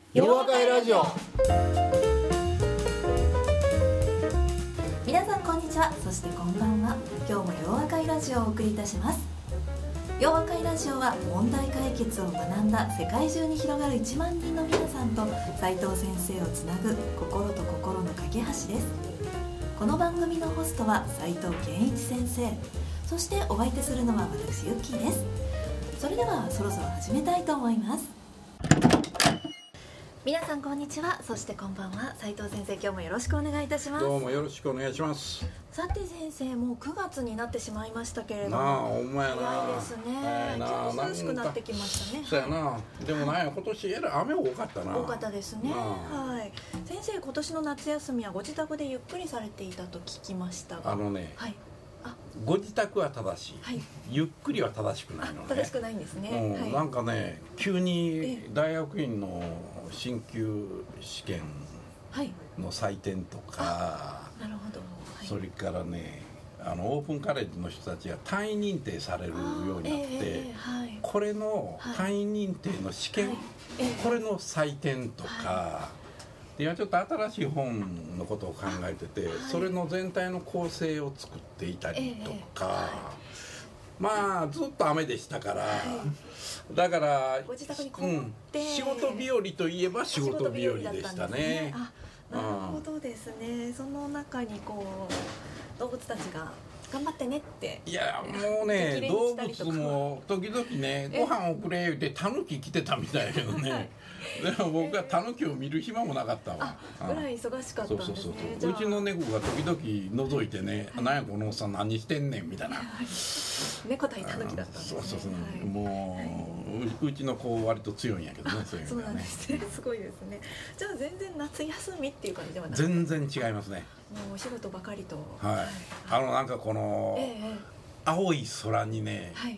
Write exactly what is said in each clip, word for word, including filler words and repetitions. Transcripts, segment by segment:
夜和会ラジオ。 皆さんこんにちは、そしてこんばんは。今日も夜和会ラジオをお送りいたします。夜和会ラジオは問題解決を学んだ世界中に広がるいちまんにんの皆さんと斉藤先生をつなぐ心と心の架け橋です。この番組のホストは斉藤健一先生、そしてお相手するのは私ゆっきーです。それではそろそろ始めたいと思います。皆さんこんにちは、そしてこんばんは。斉藤先生、今日もよろしくお願いいたします。 どうもよろしくお願いします。 さて先生、もうくがつになってしまいましたけれども、 なあ、お前な早いですね。 早いな。 急に涼しくなってきましたね。 そうやな。でもなんや、今年えらい雨多かったな。 多かったですね。はい。先生、今年の夏休みはご自宅でゆっくりされていたと聞きましたが。 あのね、 はい。あ、 ご自宅は正しい、はい、ゆっくりは正しくないのね。 正しくないんですね。 うん、 はい、 なんかね、急に大学院の進級試験の採点とか、 なるほど、 はい、それからね、あのオープンカレッジの人たちが単位認定されるようになって、えーはい、これの単位認定の試験、はいえー、これの採点とか、はい、今ちょっと新しい本のことを考えてて、はい、それの全体の構成を作っていたりとか、えーはい、まあずっと雨でしたから、はい、だからご自宅にこもって、 うん、仕事日和といえば仕事日和でしたね。 なるほどですね。その中にこう動物たちが頑張ってねって。 いやもうね、動物も時々ね、ご飯をくれってタヌキ来てたみたいやけどね、はい、でも僕はタヌキを見る暇もなかったわ。 あ、ぐらい忙しかったんですね。そうそうそう、 うちの猫が時々覗いてね、はい、なんやこのおっさん何してんねんみたいな、はい、 猫対タヌキだったんですね。 そうそうそう、 はい、 もう、うちの子割と強いんやけどね。そういうそうなんですね。すごいですね。じゃあ全然夏休みっていう感じではない。 全然違いますね。 もうお仕事ばかりと。 はい。はい、あのなんかこの、ええ、青い空にね、はい、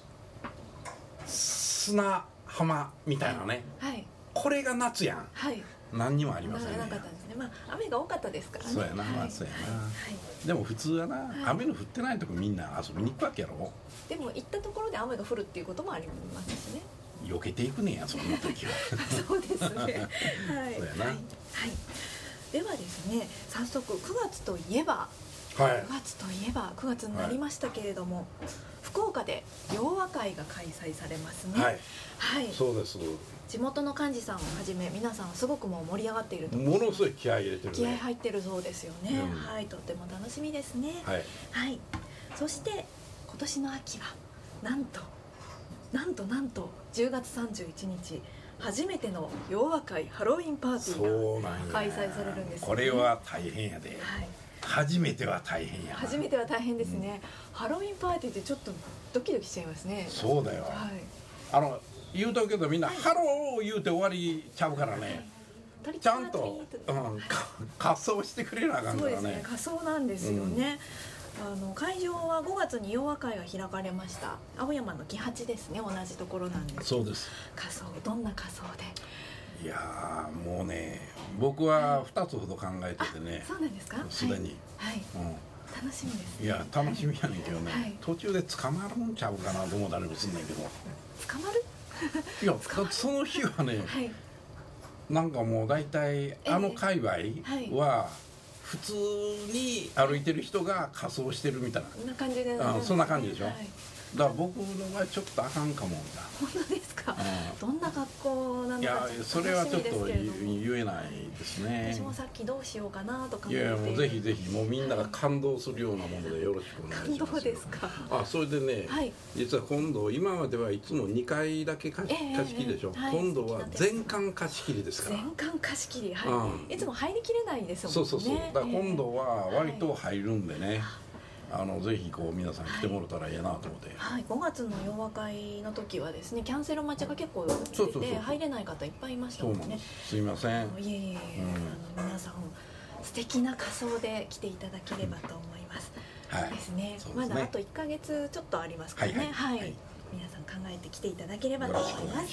砂浜みたいなね、はい、これが夏やん。はい。何にもありませんね。 なかったんですね。まあ雨が多かったですからね。 そうやな、まあそうやな。はい、でも普通はな、はい、雨の降ってないとこみんな遊びに行くわけやろ。 でも行ったところで雨が降るっていうこともありますしね。 避けていくねや、そんな時は。 そうですね。はい。そうやな。はい。はい。ではですね、早速くがつといえば、はい、くがつといえばくがつになりましたけれども、はい、福岡で夜和会が開催されますね。はい。はい。 そうです。 地元の幹事さんをはじめ皆さんすごくもう盛り上がっていると。 ものすごい気合い入れてる、ね。 気合い入ってるそうですよね。うん、はい。とっても楽しみですね。はい。はい。そして今年の秋はなんとなんとなんとじゅうがつさんじゅういちにち。初めての夜和会ハロウィンパーティーが開催されるんです、ね、 これは大変やで、はい、初めては大変やな。 初めては大変ですね、うん、ハロウィンパーティーってちょっとドキドキしちゃいますね。 そうだよ、はい、あの言うとくけどみんな、はい、ハロー言うて終わりちゃうからね、はい、ちゃんと、うん、仮装してくれなあかんからね。 そうですね、仮装なんですよね、うん、あの会場はごがつに夜和会が開かれました青山の木八ですね。同じところなんです。 そうです。 仮装、どんな仮装で。 いやもうね、僕はふたつほど考えててね、はい、 そうなんですか。 すでに、 はい、うん、楽しみですね。 いや楽しみやねんけどね、はい、途中で捕まるんちゃうかなと思ったりもすんねんけど。 捕まるいやその日はね、はい、なんかもう大体あの界隈は普通に歩いてる人が仮装してるみたいな、 そんな感じで、ね、 そんな感じでしょ、はい、だから僕の場合ちょっとあかんかもんだ。 本当ですか、うん、どんな格好なのか。いやそれはちょっと言えないですね。 私もさっきどうしようかなとか思って。いやもうぜひぜひもうみんなが感動するようなものでよろしくお願いします。 感動ですか。 あ、それでね、はい、実は今度今まではいつもにかいだけ貸し切りでしょ、えーえーはい、今度は全館貸し切りですから。 全館貸し切り、はい、うん、いつも入りきれないんですもんね。 そうそうそう、だから今度は割と入るんでね、はい、あのぜひこう皆さん来てもらったらいいなと思って、 はいはい、ごがつの夜和会の時はですね、キャンセル待ちが結構出てて入れない方いっぱいいましたもんね。 すいません。 いえいえ、うん、あの皆さん素敵な仮装で来ていただければと思います、はい、ですね。ですね、まだあといっかげつちょっとありますからね。はい、はいはい、皆さん考えてきていただければと思います。はい、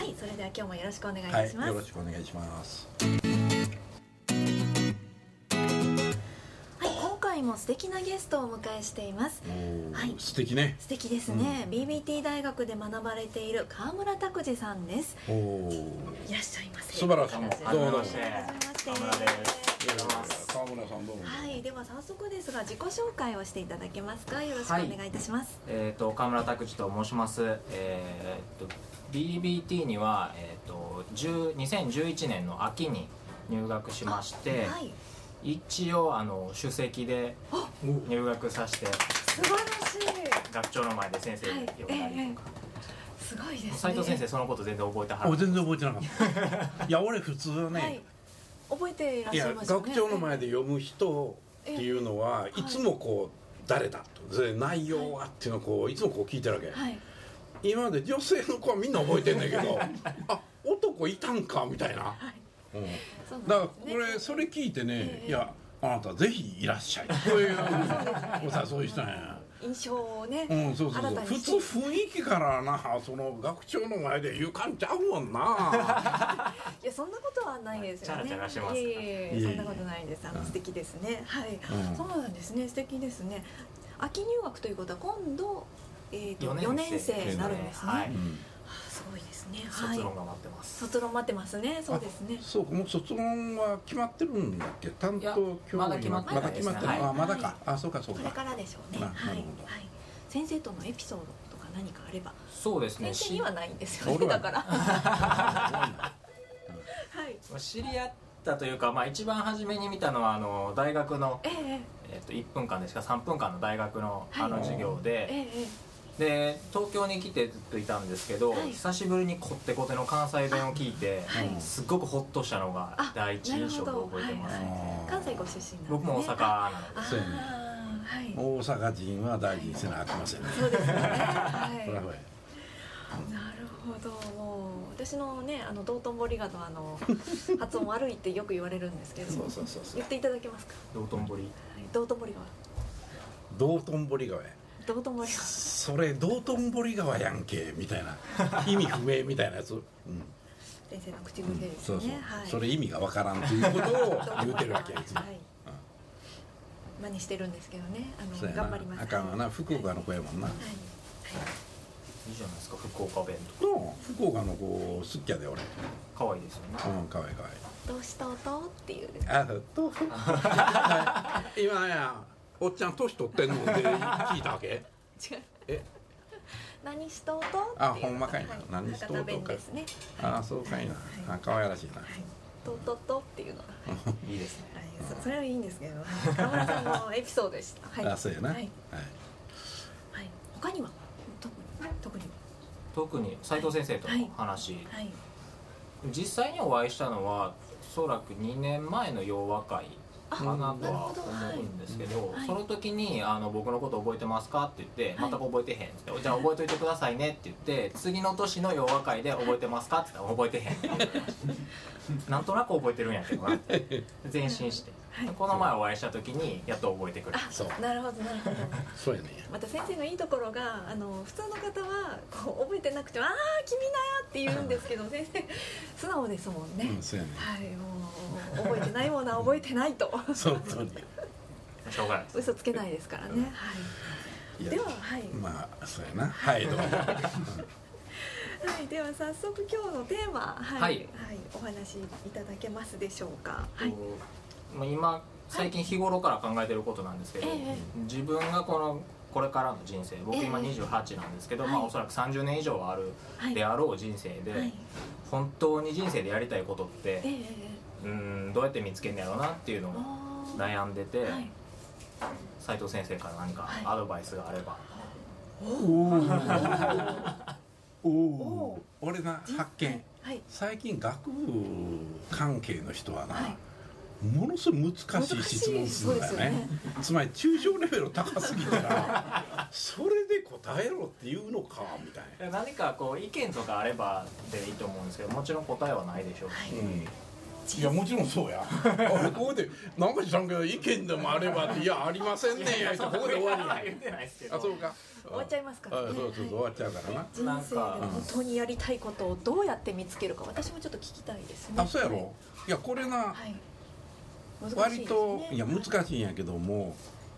それでは今日もよろしくお願いいたします。 はい、よろしくお願いします。 はい、今回も素敵なゲストをお迎えしています。 はい、素敵ね。 素敵ですね、うん、ビービーティー 大学で学ばれている川村拓司さんです。おいらっしゃいませ。 素晴らしい。どうもどうも。 川村です。川村さんどうも。はい、では早速ですが自己紹介をしていただけますか。よろしくお願いいたします。 はい、えっ、ー、と川村拓司と申します。えっ、ー、と ビービーティー にはえっ、ー、とにせんじゅういちねんの秋に入学しまして、はい、一応あの首席で入学させて、 素晴らしい。 学長の前で先生で呼んだりとか。はいえーすごいですね。 斉藤先生そのこと全然覚えてはる？ 全然覚えてなかった。いや俺普通はね、はい、 覚えていらっしゃいますよね。 学長の前で読む人っていうのは、はい、いつもこう誰だと内容はっていうのをこういつもこう聞いてるわけ、はい、今まで女性の子はみんな覚えてんだけどあ男いたんかみたいな、はいうん、だからこれそれ聞いてね、えー、いやあなたぜひいらっしゃいそういうそういう人なんや印象をね、 うん、そうそうそう普通雰囲気からなその学長の前で言うかんちゃうもんないやそんなことはないですよね。 チャラチャラしてますか。 いえいえそんなことないです。あの素敵ですね。はい、うん、そうなんですね。素敵ですね。秋入学ということは今度えーとよねん生になるんですね。はい、うんすごいですね。 卒論が待ってます。 卒論待ってますね。そうですね。 そうもう卒論は決まってるんだっけ？担当教員まだ決まってない。 まだ決まってる。あまだか。あそうかそうか。 これからでしょうね。はいはい。先生とのエピソードとか何かあれば。 そうですね。 先生にはないんですよね。だから。 はい。知り合ったというかまあ一番初めに見たのはあの大学のえっといっぷんかんでしかさんぷんかんの大学のあの授業で。ええ。で東京に来てずっといたんですけど、はい、久しぶりにこってこての関西弁を聞いて、はい、すっごくホッとしたのが第一印象で覚えてます、はいはい、 関西ご出身なんですね。 僕も大阪なのでそうやね、はい、大阪人は大事にせなあきませんね。 そうですね、はい、なるほど。もう私のねあの道頓堀川のあの発音悪いってよく言われるんですけどそうそうそうそう言っていただけますか。 道頓堀、はい、 道頓堀川道頓堀川や道頓堀川それ道頓堀川やんけみたいな意味不明みたいなやつ、うん、 先生の口癖ですね、うん、そうそう、 はい、それ意味がわからんということを言うてるわけやいつも、はいうん、真似してるんですけどねあの頑張ります。 あかんわな福岡の子やもんな、はいはいはい、 いいじゃないですか福岡弁とか福岡の子好きやで俺可愛いですよね。 うん可愛い可愛いどうしたとっていうあと今やおっちゃん年取ってんので聞いたわけ？違う。 え？何しとうと？ あ、ほんまかいな。はい、何しとうとか。 ですね。 あ、そうかいな。はい、あ、可愛らしいな。はい、 とととっていうのが、 はい、いいですね。 はい、そ, それはいいんですけど、川村さんのエピソードでした。はい、 あ、そうやな。はい。はい。 はい、他には特に特に特に斉藤先生との話、はいはい、実際にお会いしたのはおそらくにねんまえの洋和会。かなとは思うんですけど、はい、その時にあの僕のこと覚えてますかって言って、はい、全く覚えてへんって言って、じゃあ覚えといてくださいねって言って次の年の洋和会で覚えてますかって言ったら覚えてへんってなんとなく覚えてるんやけどなって前進して、はい、この前お会いした時にやっと覚えてくれる。 そうなるほどなるほどそうやね。 また先生のいいところがあの普通の方はこう覚えてなくてもああ君だよって言うんですけど先生素直ですもんね。 うん、そうやね。 はいもう覚えてないものは覚えてないとそうそうね。 しょうがないです。 嘘つけないですからね。はい。でははい。 まあそうやな。はいどうも。 はい、では早速今日のテーマ、はい、はい、はい、お話しいただけますでしょうか。はい。 まあ今最近日頃から考えてることなんですけど、はい、自分がこのこれからの人生、僕今にじゅうはちなんですけど、えー、まあおそらくさんじゅうねん以上あるであろう人生で、はい、本当に人生でやりたいことって、えー、うんどうやって見つけるんやろうなっていうのを悩んでて、はい、斉藤先生から何かアドバイスがあれば。 はいおお俺な発見、はい、最近学部関係の人はな、はい、ものすごい難しい質問するんだよね。ねつまり抽象レベル高すぎたらそれで答えろって言うのかみたいな。 何かこう意見とかあればでいいと思うんですけどもちろん答えはないでしょう、はいうんいやもちろんそうやあここでなんか知らんけど意見でもあればっていやありませんねんやってここで終わりや言ってないですけどあそうか終わっちゃいますからね。 そうそうそう、はい、終わっちゃうからな。 人生で本当にやりたいことをどうやって見つけるか私もちょっと聞きたいですね。 あそうやろいやこれな、はい、割といや難しいんやけども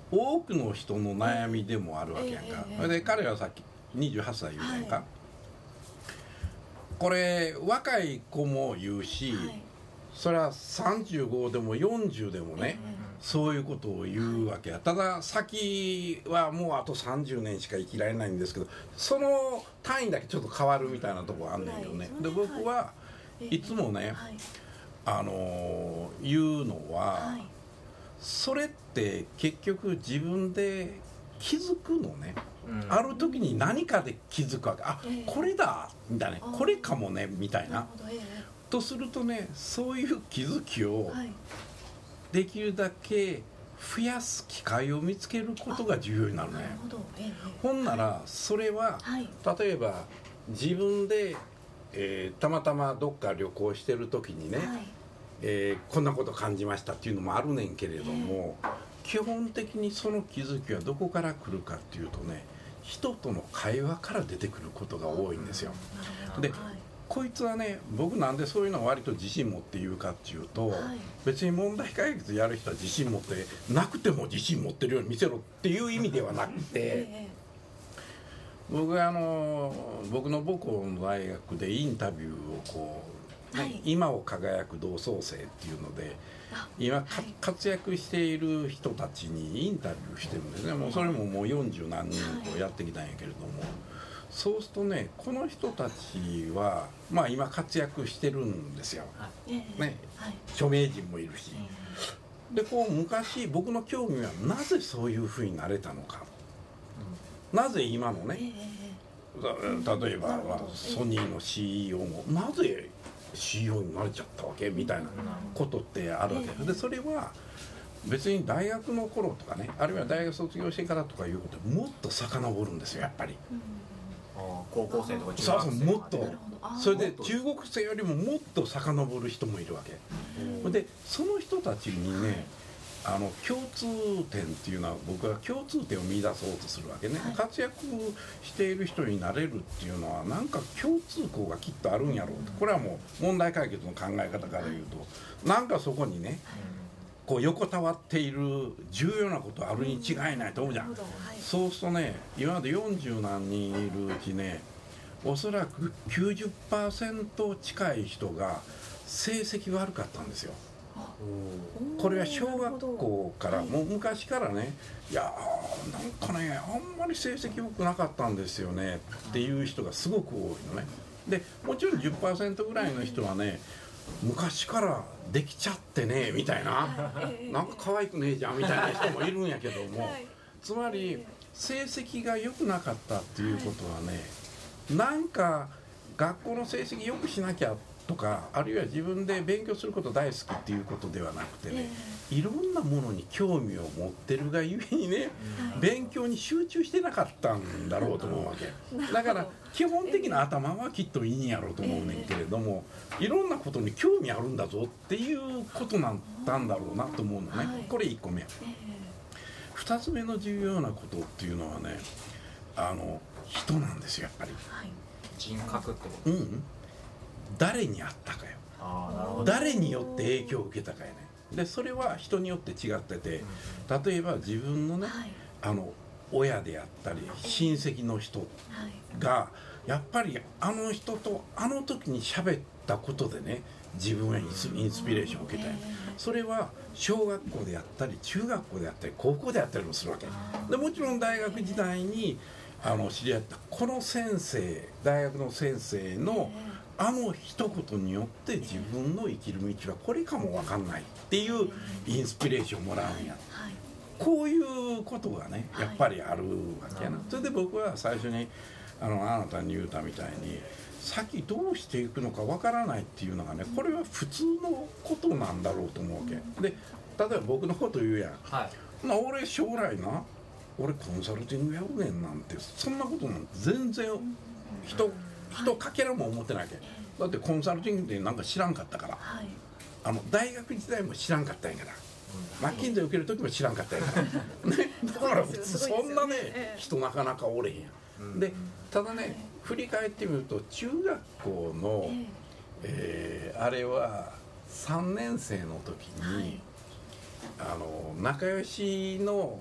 多くの人の悩みでもあるわけやんか、えーえー、で彼はさっきにじゅうはっさい言うたやんか、はい、これ若い子も言うし、はい、それはさんじゅうごでもよんじゅうでもね、えー、そういうことを言うわけや。ただ先はもうあとさんじゅうねんしか生きられないんですけど、その単位だけちょっと変わるみたいなところあんねんけどね。で僕はいつもね、はい、あのー、言うのは、はい、それって結局自分で気づくのね、うん、ある時に何かで気づくわけ。あ、えー、これだみたいな、これかもねみたいな、えー、とするとね、そういう気づきをできるだけ増やす機会を見つけることが重要になるね。えー、ほんならそれは、はい、例えば自分で、えー、たまたまどっか旅行してる時にね、はい、えー、こんなこと感じましたっていうのもあるねんけれども、えー、基本的にその気づきはどこから来るかっていうとね、人との会話から出てくることが多いんですよ。で、はい、こいつはね、僕なんでそういうのを割と自信持って言うかっていうと、はい、別に問題解決やる人は自信持ってなくても自信持ってるように見せろっていう意味ではなくて、えー、僕はあの僕の母校の大学でインタビューをこう、ね、はい、今を輝く同窓生っていうので今、はい、活躍している人たちにインタビューしてるんですね。もうそれももうよんじゅうなんにんこうやってきたんやけれども、はい、そうするとね、この人たちはまあ今活躍してるんですよ、はい、ね、はい、著名人もいるし、でこう昔僕の興味はなぜそういうふうになれたのか、うん、なぜ今のね、例えばソニーの シーイーオー もなぜ シーイーオー になれちゃったわけみたいなことってあるわけで、それは別に大学の頃とかね、あるいは大学卒業してからとかいうことでもっと遡るんですよ、やっぱり。 高校生とか中学生、 そうそう、もっと、それで中国生よりももっと遡る人もいるわけで、その人たちにね、あの共通点っていうのは、僕は共通点を見出そうとするわけね、はい、活躍している人になれるっていうのはなんか共通項がきっとあるんやろうと。これはもう問題解決の考え方から言うと、なんかそこにね、こう横たわっている重要なことあるに違いないと思うじゃん、はい、そうするとね、今までよんじゅうなんにんいるうちね、おそらく きゅうじゅっパーセント 近い人が成績悪かったんですよ。これは小学校からもう昔からね、いやーなんかね、あんまり成績良くなかったんですよねっていう人がすごく多いのね。でもちろん じゅっパーセント ぐらいの人はね、昔からできちゃってねみたいな、なんか可愛くねえじゃんみたいな人もいるんやけども、つまり成績が良くなかったっていうことはね、なんか学校の成績良くしなきゃとか、あるいは自分で勉強すること大好きっていうことではなくてね、いろんなものに興味を持ってるがゆえにね、勉強に集中してなかったんだろうと思うわけだから、基本的な頭はきっといいんやろうと思うねんけれども、いろんなことに興味あるんだぞっていうことなんだんだろうなと思うのね。これいっこめ。ふたつめの重要なことっていうのはね、あの人なんですよ、やっぱり。 人格ってこと？ うん、誰に会ったかよ。あ、なるほど。誰によって影響を受けたかよね。でそれは人によって違ってて、例えば自分のね、はい、あの親であったり親戚の人がやっぱりあの人とあの時に喋ったことでね、自分はインスピレーションを受けたよ。それは小学校であったり中学校であったり高校であったりもするわけで、もちろん大学時代にあの知り合ったこの先生、大学の先生のあの一言によって自分の生きる道はこれかも分かんないっていうインスピレーションをもらうんや。こういうことがねやっぱりあるわけやな。それで僕は最初にあのあなたに言うたみたいに、先どうしていくのか分からないっていうのがね、これは普通のことなんだろうと思うわけで、例えば僕のこと言うやん、はい、まあ、俺将来な、俺コンサルティングやるねんなんて、そんなことなんて全然人人かけらも思ってないわけだって、コンサルティングってなんか知らんかったから、はい、あの大学時代も知らんかったんやから、マッキンゼー受ける時も知らんかったんやから、ね、だからそんなね人なかなかおれへんやん。でただね、振り返ってみると中学校の、えー、あれはさんねん生の時に、はい、あの仲良しの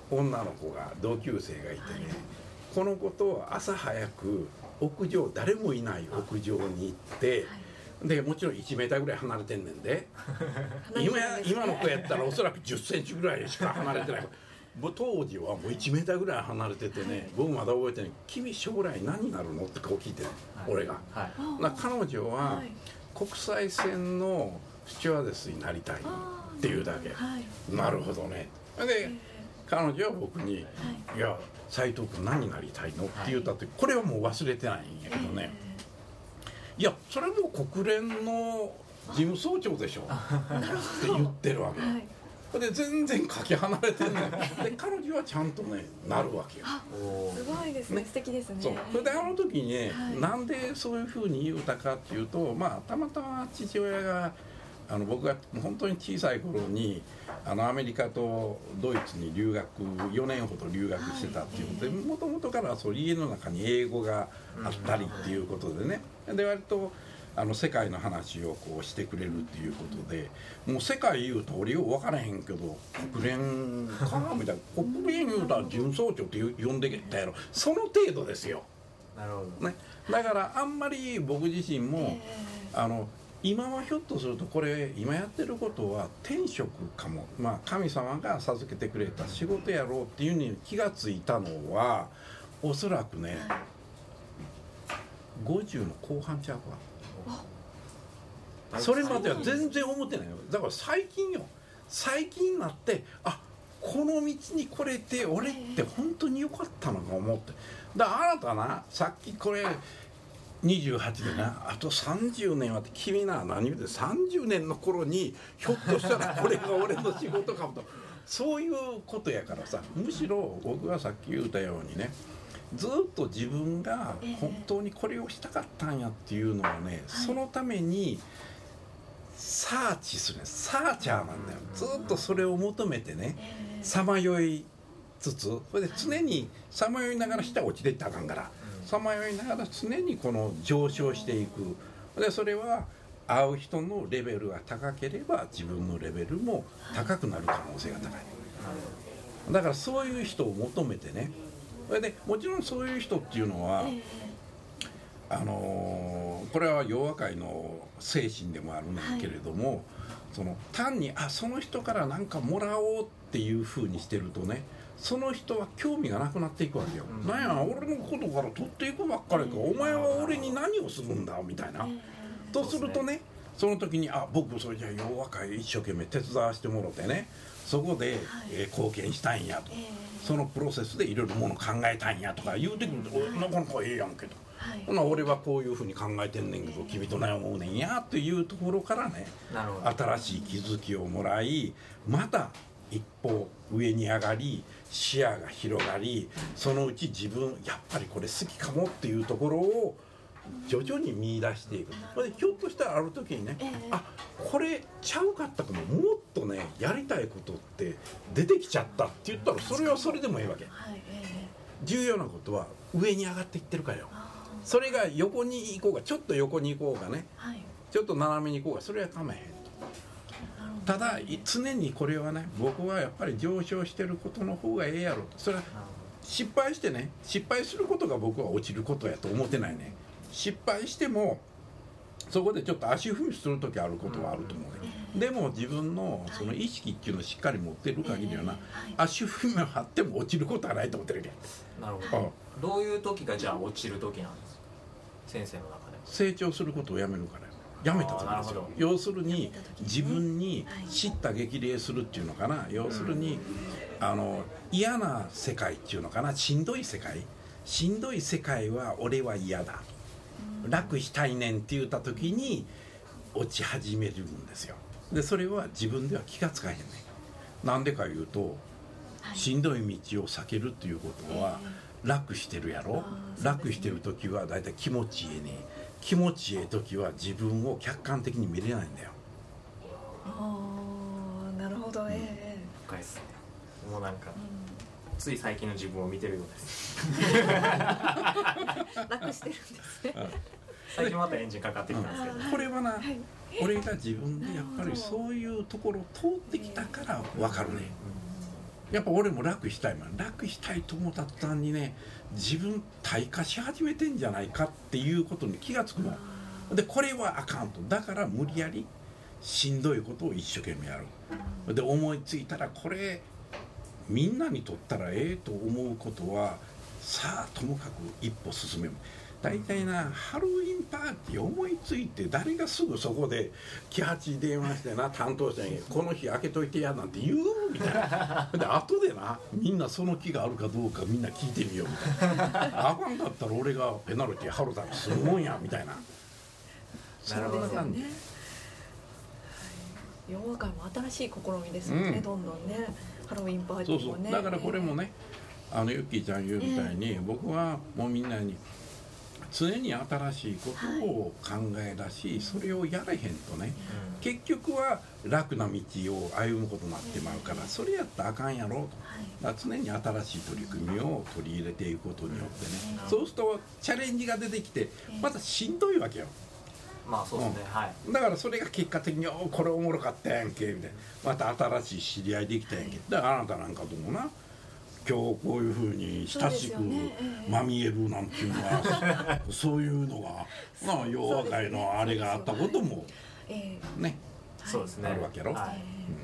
女の子が同級生がいてね、はい、この子と朝早く屋上誰もいない屋上に行って、はい、でもちろんいちメーターぐらい離れてんねんで今, 今の子やったらおそらくじゅっセンチぐらいしか離れてない当時はもういちメーターぐらい離れててね、はい、僕まだ覚えてない「君将来何になるの?」ってこう聞いてる、はい、俺が、はい、な彼女は国際線のスチュワーデスになりたいっていうだけ、はい、なるほどね。で彼女は僕に「いや斉藤君何になりたいの?」って言ったってこれはもう忘れてないんやけどね、いやそれも国連の事務総長でしょって言ってるわけ、はい、で全然かけ離れてんねんで彼女はちゃんとねなるわけよ。 すごいですね、ね、素敵ですね。 そうそれであの時にね、はい、なんでそういうふうに言うたかっていうと、まあたまたま父親があの僕が本当に小さい頃にあのアメリカとドイツに留学よねんほど留学してたっていうことで、もともとからそう家の中に英語があったりっていうことでね、で割とあの世界の話をこうしてくれるっていうことで、もう世界言うと俺よう分からへんけど国連かなみたいな国連言うたら事務総長って呼んできたやろ、その程度ですよ。 なるほど、 ね、だからあんまり僕自身も、えー、あの今はひょっとするとこれ今やってることは天職かも、まあ神様が授けてくれた仕事やろうっていうに気がついたのはおそらくねごじゅうの後半ちゃうわ。それまでは全然思ってないよ。だから最近よ、最近になってあこの道に来れて俺って本当に良かったのか思って、だからあなたなさっきこれにじゅうはちでなあとさんじゅうねんはって君な何言うてさんじゅうねんの頃にひょっとしたらこれが俺の仕事かもとそういうことやからさ、むしろ僕がさっき言ったようにねずっと自分が本当にこれをしたかったんやっていうのをね、そのためにサーチするね、サーチャーなんだよ。ずっとそれを求めてねさまよいつつ、それで常にさまよいながら下落ちていったらあかんからさまよいながら常にこの上昇していく。でそれは会う人のレベルが高ければ自分のレベルも高くなる可能性が高い。だからそういう人を求めてね、それでもちろんそういう人っていうのはあのー、これは洋和会の精神でもあるんだけれども、はい、その単にあその人から何かもらおうっていうふうにしてるとね、その人は興味がなくなっていくわけよ、うん、なんや俺のことから取っていくばっかりか、うん、お前は俺に何をするんだみたいな、うん、とするとね、その時にあ僕それじゃあ洋和会一生懸命手伝わせてもらってね、そこで、はいえー、貢献したいんやと、えー、そのプロセスでいろいろもの考えたいんやとか言うてくると、はい、なかなかええやんけど、はい、俺はこういうふうに考えてんねんけど、えー、君と何思うねんやっていうところからね、新しい気づきをもらい、また一歩上に上がり視野が広がり、そのうち自分やっぱりこれ好きかもっていうところを徐々に見出していく。でひょっとしたらある時にね、えー、あこれちゃうかったかも、もっとねやりたいことって出てきちゃったって言ったらそれはそれでもいいわけ、はいえー、重要なことは上に上がっていってるかよ。それが横に行こうがちょっと横に行こうがね、はい、ちょっと斜めに行こうがそれは構えへんと。ただ常にこれはね、僕はやっぱり上昇してることの方がええやろと。それは失敗してね、失敗することが僕は落ちることやと思ってないね。失敗してもそこでちょっと足踏みする時あることはあると思うね、うん、でも自分のその意識っていうのをしっかり持ってる限りはな、はい、足踏みを張っても落ちることはないと思ってるけど。なるほど、うん、どういう時がじゃあ落ちる時なんですか、先生の中で。 成長することをやめるから、やめた時ですよ。要するに自分に叱咤激励するっていうのかな、要するにあの嫌な世界っていうのかな、しんどい世界しんどい世界は俺は嫌だ、楽したいねんって言った時に落ち始めるんですよ。でそれは自分では気がつかへんねん。なんでか言うと、はい、しんどい道を避けるっていうことは、えー、楽してるやろ、ね、楽してる時はだいたい気持ちいいね。気持ちいい時は自分を客観的に見れないんだよ。 ああなるほど、うん、ええー、深いっすね。もうなんか、うん、つい最近の自分を見てるようです楽してるんですね最近またエンジンかかってきたんですけど、 これはな、はい、俺が自分でやっぱりそういうところを通ってきたから分かるね、 やっぱ俺も楽したいもん。楽したいと思った途端にね、自分退化し始めてんじゃないかっていうことに気がつくの。でこれはあかんと。だから無理やりしんどいことを一生懸命やる。で思いついたらこれみんなにとったらええと思うことはさあともかく一歩進める。大体なハロウィンパーティー思いついて誰がすぐそこで喜八電話してな担当者に「この日開けといてや」なんて言うみたいな。で後でなみんなその気があるかどうかみんな聞いてみようみたいな。あかんかったら俺がペナルティー払うたりするもんやみたいな。 なるほどね。洋和会も新しい試みですよね、うん、どんどんねハロウィンパーティーもね。 そうそう、だからこれもね、あのユッキーちゃん言うみたいに、えー、僕はもうみんなに常に新しいことを考え出し、はい、それをやれへんとね、うん、結局は楽な道を歩むことになってまうから、それやったらあかんやろと、はい、だから常に新しい取り組みを取り入れていくことによってね、うん、そうするとチャレンジが出てきてまたしんどいわけよ。 まあそうですね、うん、はい。 だからそれが結果的に「おこれおもろかったやんけ」みたいな、また新しい知り合いできたやんけ、だからあなたなんかともな今日こういうふうに親しくまみえるなんていうのはそういうのがまあ洋和会のあれがあったこともね、 そうですね、 あるわけやろ、 はい、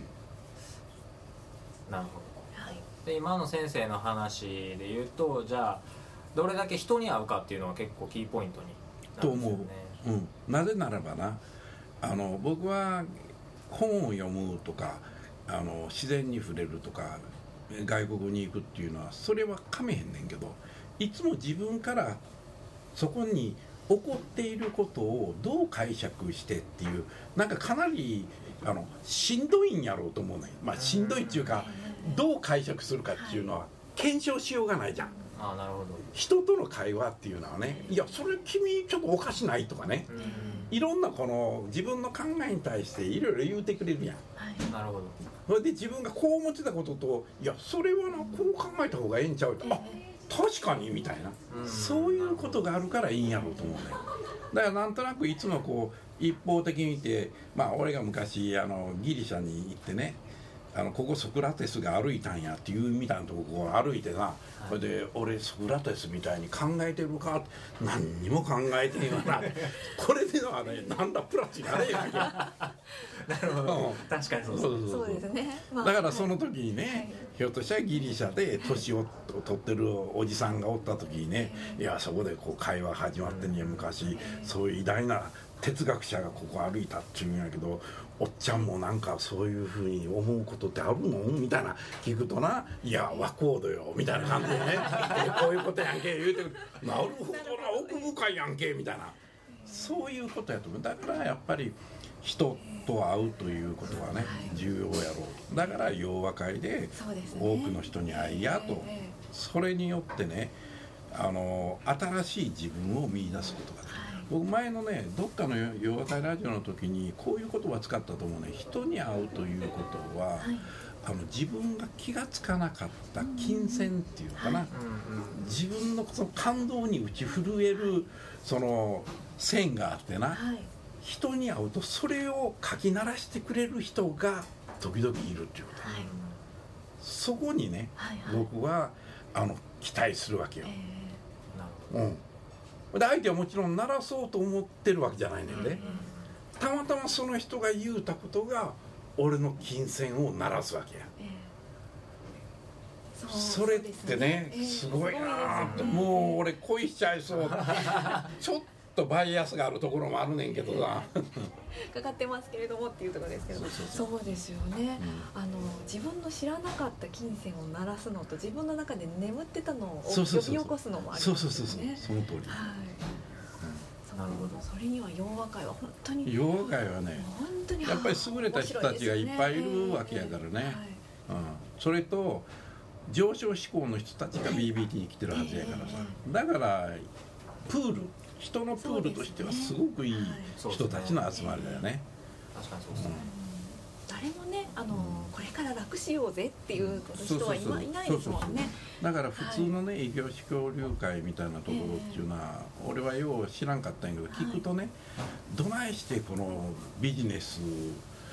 うん、なるほど、はい、で今の先生の話で言うと、じゃあどれだけ人に会うかっていうのは結構キーポイントになるんですよね。と思う。 うん、なぜならばな、あの僕は本を読むとかあの自然に触れるとか外国に行くっていうのはそれはかめへんねんけど、いつも自分からそこに起こっていることをどう解釈してっていう、なんかかなりあのしんどいんやろうと思うねん。まあしんどいっていうかどう解釈するかっていうのは検証しようがないじゃん。 ああ、なるほど。 人との会話っていうのはね、いやそれ君ちょっとおかしないとかね、いろんなこの自分の考えに対していろいろ言うてくれるやん、 はい、なるほど。 それで自分がこう思ってたことと、いやそれはなこう考えた方がええんちゃうと、あ確かにみたいな、そういうことがあるからいいんやろうと思うね。だからなんとなくいつもこう一方的に見て、まあ俺が昔あのギリシャに行ってね、あのここソクラテスが歩いたんやっていうみたいなとここを歩いてな、それで俺ソクラテスみたいに考えてるかって何にも考えてへんわなこれではね、なんだプラスになれやんやなるほど、うん、確かにそうですね。 そうですね、まあ、 だからその時にね、はい、ひょっとしたらギリシャで年を取ってるおじさんがおった時にね、いやそこでこう会話始まってんや、昔そういう偉大な哲学者がここ歩いたっていうんやけど、おっちゃんもなんかそういうふうに思うことってあるのみたいな聞くとな、いや和コードよみたいな感じでねこういうことやんけ言うてくる、なるほどな奥深いやんけみたいな、そういうことやと思う。だからやっぱり人と会うということはね重要やろう。だから洋和会で多くの人に会いやと、それによってね、あの新しい自分を見出すことができる。僕前のねどっかの洋和会ラジオの時にこういう言葉使ったと思うね。人に会うということは、はい、あの自分が気がつかなかった金銭っていうかな、はい、自分のその感動に打ち震えるその線があってな、はい、人に会うとそれをかき鳴らしてくれる人が時々いるっていうこと、はい、そこにね、はいはい、僕はあの期待するわけよ、えー、うんで相手はもちろん鳴らそうと思ってるわけじゃないねんで、たまたまその人が言うたことが俺の金銭を鳴らすわけや、えー、そ, それってね、えー、すごいなって、ね、もう俺恋しちゃいそうちょっとバイアスがあるところもあるねんけどさかかってますけれどもっていうところですけど、そうそうそう、そうですよね、うん、あの自分の知らなかった金銭を鳴らすのと自分の中で眠ってたのを呼び起こすのもありますよね。そうそうそうそう、その通り、はい、うん、なるほど。それには洋和会は本当に洋和会はね本当にやっぱり優れた人たちがいっぱいいるわけやからね、えーえーはい、うん、それと上昇志向の人たちが ビービーティー に来てるはずやからさ、えー、だからプール人のプールとしてはすごくいい人たちの集まりだよね。 確かにそうですね、 うん、誰もね、あの、うん、これから楽しようぜっていう人はいないですもんね。 だから普通のね、はい、異業種交流会みたいなところっていうのは、えー、俺はよう知らんかったんやけど、聞くとね、はい、どないしてこのビジネス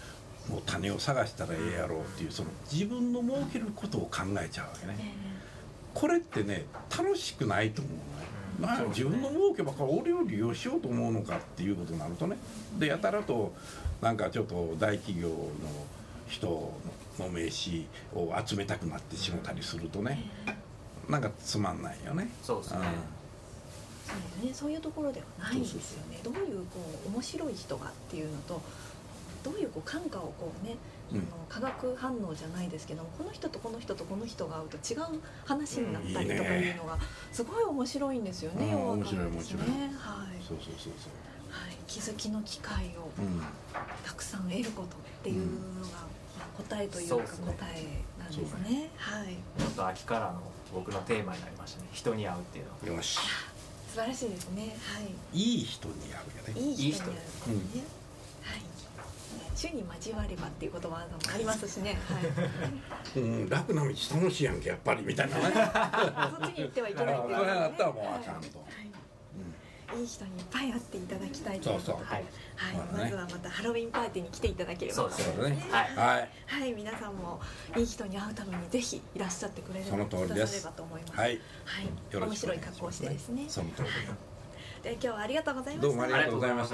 もう種を探したらええやろうっていうその自分の儲けることを考えちゃうわけね、これってね楽しくないと思うね。なんか自分の儲けばっかり俺を利用しようと思うのかっていうことになるとね、でやたらとなんかちょっと大企業の人の名刺を集めたくなってしまったりするとね、なんかつまんないよね。 そうですね、 そうですね、そういうところではないですよね。どういうこう面白い人がっていうのと、どういうこう感化をこうね、うん、あの化学反応じゃないですけども、この人とこの人とこの人が会うと違う話になったりとかいうのがすごい面白いんですよね。 うん、面白い面白い。 はい。 そうそうそうそう。 はい、気づきの機会をたくさん得ることっていうのが答えというか答えなんですね。ね、はい。 ちょっと秋からの僕のテーマになりましたね。人に会うっていうのは。 よし。 素晴らしいですね。はい。 いい人に会うよね。 いい人に会うね。うん、はい。主に交わればっていう言葉もありますしね。はい。うん、 楽な道楽しいやんけやっぱりみたいなね。 そっちに行ってはいけないっていう、ね。 それだったらもうあかんと。 いい人にいっぱい会っていただきたいということで、 はい、はい、まずはまたハロウィンパーティーに来ていただければそうですね。 はい、はい、皆さんもいい人に会うためにぜひいらっしゃってくれれば、 その通りです。 くださればと思います。 はい、 はい、面白い格好をしてですね。 その通り。 で、今日はありがとうございました。 どうもありがとうございました。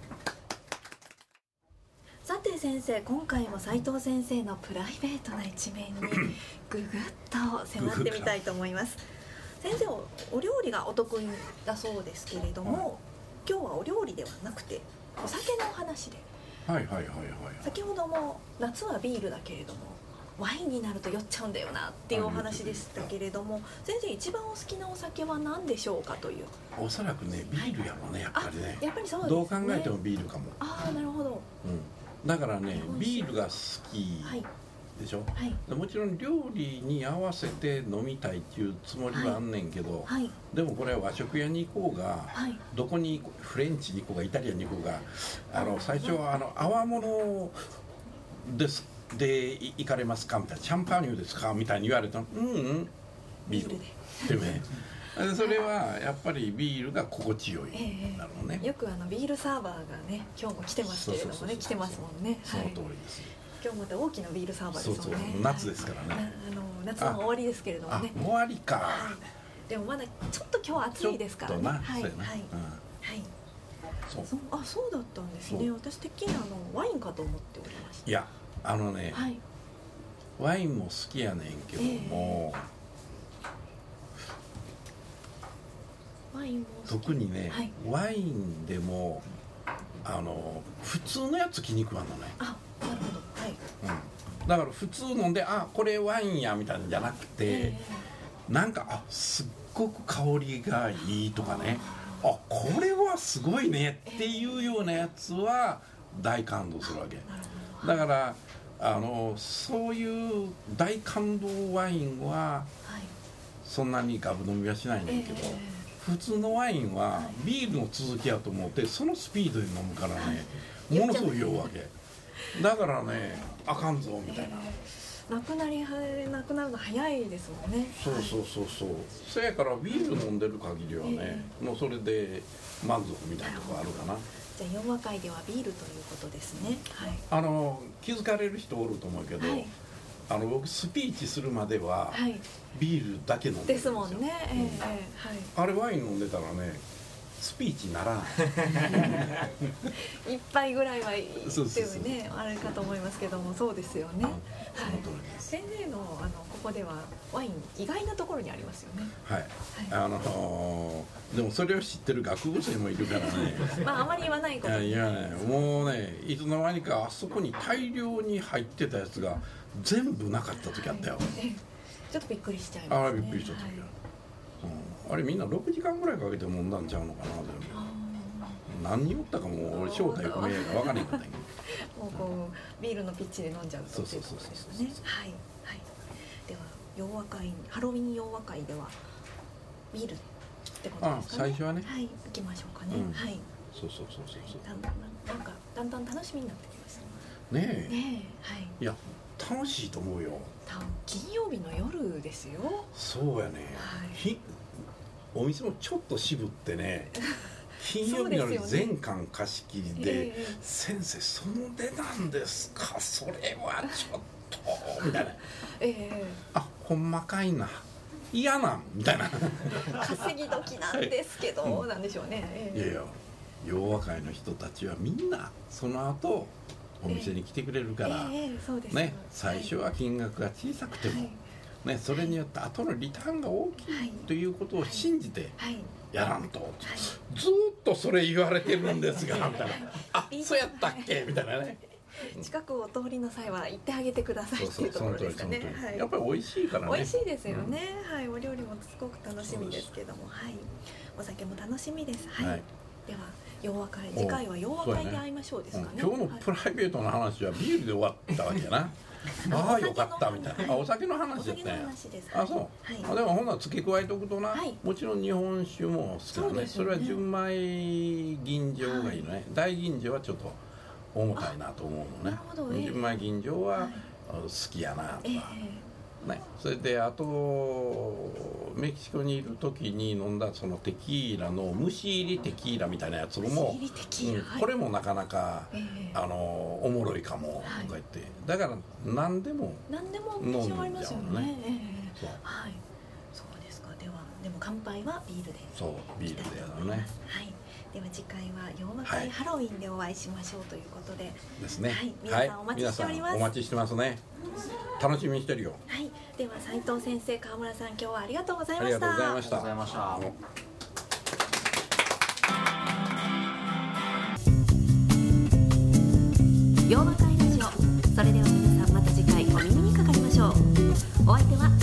さて先生、今回も斉藤先生のプライベートな一面にぐぐっと迫ってみたいと思います。先生、お料理がお得意だそうですけれども、はい、今日はお料理ではなくてお酒のお話で、 はいはいはいはい、 先ほども夏はビールだけれどもワインになると酔っちゃうんだよなっていうお話でしたけれども、先生一番お好きなお酒は何でしょうかという。 おそらくねビールやろうね、やっぱりね。 やっぱりそうですね。 どう考えてもビールかも。 ああ、なるほど、 うん、だからねビールが好き、はいでしょ、はい、もちろん料理に合わせて飲みたいっていうつもりはあんねんけど、はいはい、でもこれは和食屋に行こうが、はい、どこにフレンチに行こうがイタリアンに行こうが、あの最初はあの泡物ですで行かれますかみたいな、シャンパーニュですかみたいに言われたら、うんうんビールってねそれはやっぱりビールが心地よいなのね、 えー、よくあのビールサーバーがね今日も来てますけれどもね、来てますもんね。 その通りです、 今日また大きなビールサーバーですもんね。 そうそう夏ですからね、 あの夏の終わりですけれどもね。 終わりか、はい、 でもまだちょっと今日暑いですからね。はいはいはい、そうそう、あ、そうだったんですね。私的にあのワインかと思っておりました。 いやあのね、はい、ワインも好きやねんけども、 えー、ワインも特にね、はい、ワインでもあの普通のやつ気に食わんのね。 あ、なるほど、はい、 うん、だから普通飲んであこれワインやみたいなんじゃなくて、えー、なんかあすっごく香りがいいとかね、あこれはすごいねっていうようなやつは大感動するわけ。だからあのそういう大感動ワインはそんなにガブ飲みはしないんだけど、えー、普通のワインはビールの続きやと思ってそのスピードで飲むからね、ものすごい酔うわけだからね、あかんぞみたいな、 なくなりなくなるの早いですもんね。 そうそうそうそう、そやからビール飲んでる限りはね、えー、もうそれで満足みたいなとこあるかな。 じゃあ洋和会ではビールということですね。はい、 あの気づかれる人おると思うけど、はい、あの僕スピーチするまでは、はい、ビールだけ飲んでるんですよ。 ですもんね、えーうん、はい、 あれワイン飲んでたらねスピーチにならない一杯ぐらいはいいっていうね、あれかと思いますけども、そうですよね。はい、先生のあのここではワイン意外なところにありますよね。 はい、はい、あのー、でもそれを知ってる学部生もいるからねまああまり言わないこといやいやね、もうねいつの間にかあそこに大量に入ってたやつが全部なかった時あったよ、はい、 ちょっとびっくりしちゃいますね。 あれびっくりした時、はい、うん、あれみんなろくじかんぐらいかけて飲んだんちゃうのかな。でも何人おったかも俺正体不明やから分からへんかったんやけどもうこうビールのピッチで飲んじゃうとっていうことですよね。はいはい。では洋和会、ハロウィン洋和会ではビールってことですかね。 あ、最初はね、 はい、行きましょうかね、うん、はい。 そうそうそうそうそう、 だんだんなんかだんだん楽しみになってきましたねえ。 ねえ、はい。 いや楽しいと思うよ。 金曜日の夜ですよ。 そうやね、はい、ひお店もちょっと渋ってね金曜日の全巻貸し切りで、えー、先生その値段ですか、それはちょっとみたいな、えー、あほんまかいな嫌なんみたいな稼ぎ時なんですけど、はい、なんでしょうね、えー、 いやいや洋和会の人たちはみんなその後お店に来てくれるから、 えーえーそうですね、最初は金額が小さくても、はいね、それによって後のリターンが大きい、はい、ということを信じてやらんと、はいはい、ずっとそれ言われてるんですがみたいなあそうやったっけみたいなね近くをお通りの際は行ってあげてくださいっていうところですかね。 はい、やっぱり美味しいからね。 美味しいですよね、うん、はい、お料理もすごく楽しみですけども、はい、お酒も楽しみです。はい、はい、では洋和会、次回は洋和会で会いましょうですかね。 うん、今日のプライベートの話はビールで終わったわけやなああよかったみたいな、あお酒の話だったね。あそう、はい、あでもほんなら付け加えておくとな、はい、もちろん日本酒も好きだ ね, そ, ねそれは純米吟醸がいいのね、はい、大吟醸はちょっと重たいなと思うのね。純米吟醸は好きやなとか、えーね、それであとメキシコにいる時に飲んだそのテキーラの蒸し入りテキーラみたいなやつも、うん、これもなかなか、えー、あのおもろいかもとか言って、はい、だから何でも飲んじゃうのね。 そう、はい、そうですか。ではでも乾杯はビールで。 そうビールでやるね。 はい。では次回は洋和会ハロウィンでお会いしましょうということで、 ですね。 はい、皆さんお待ちしております。 はい、お待ちしてますね。楽しみにしてるよ。 はい。では斉藤先生、川村さん、今日はありがとうございました。 ありがとうございました。 ありがとうございました。洋和会ラジオ。それでは皆さんまた次回お耳にかかりましょう。お相手は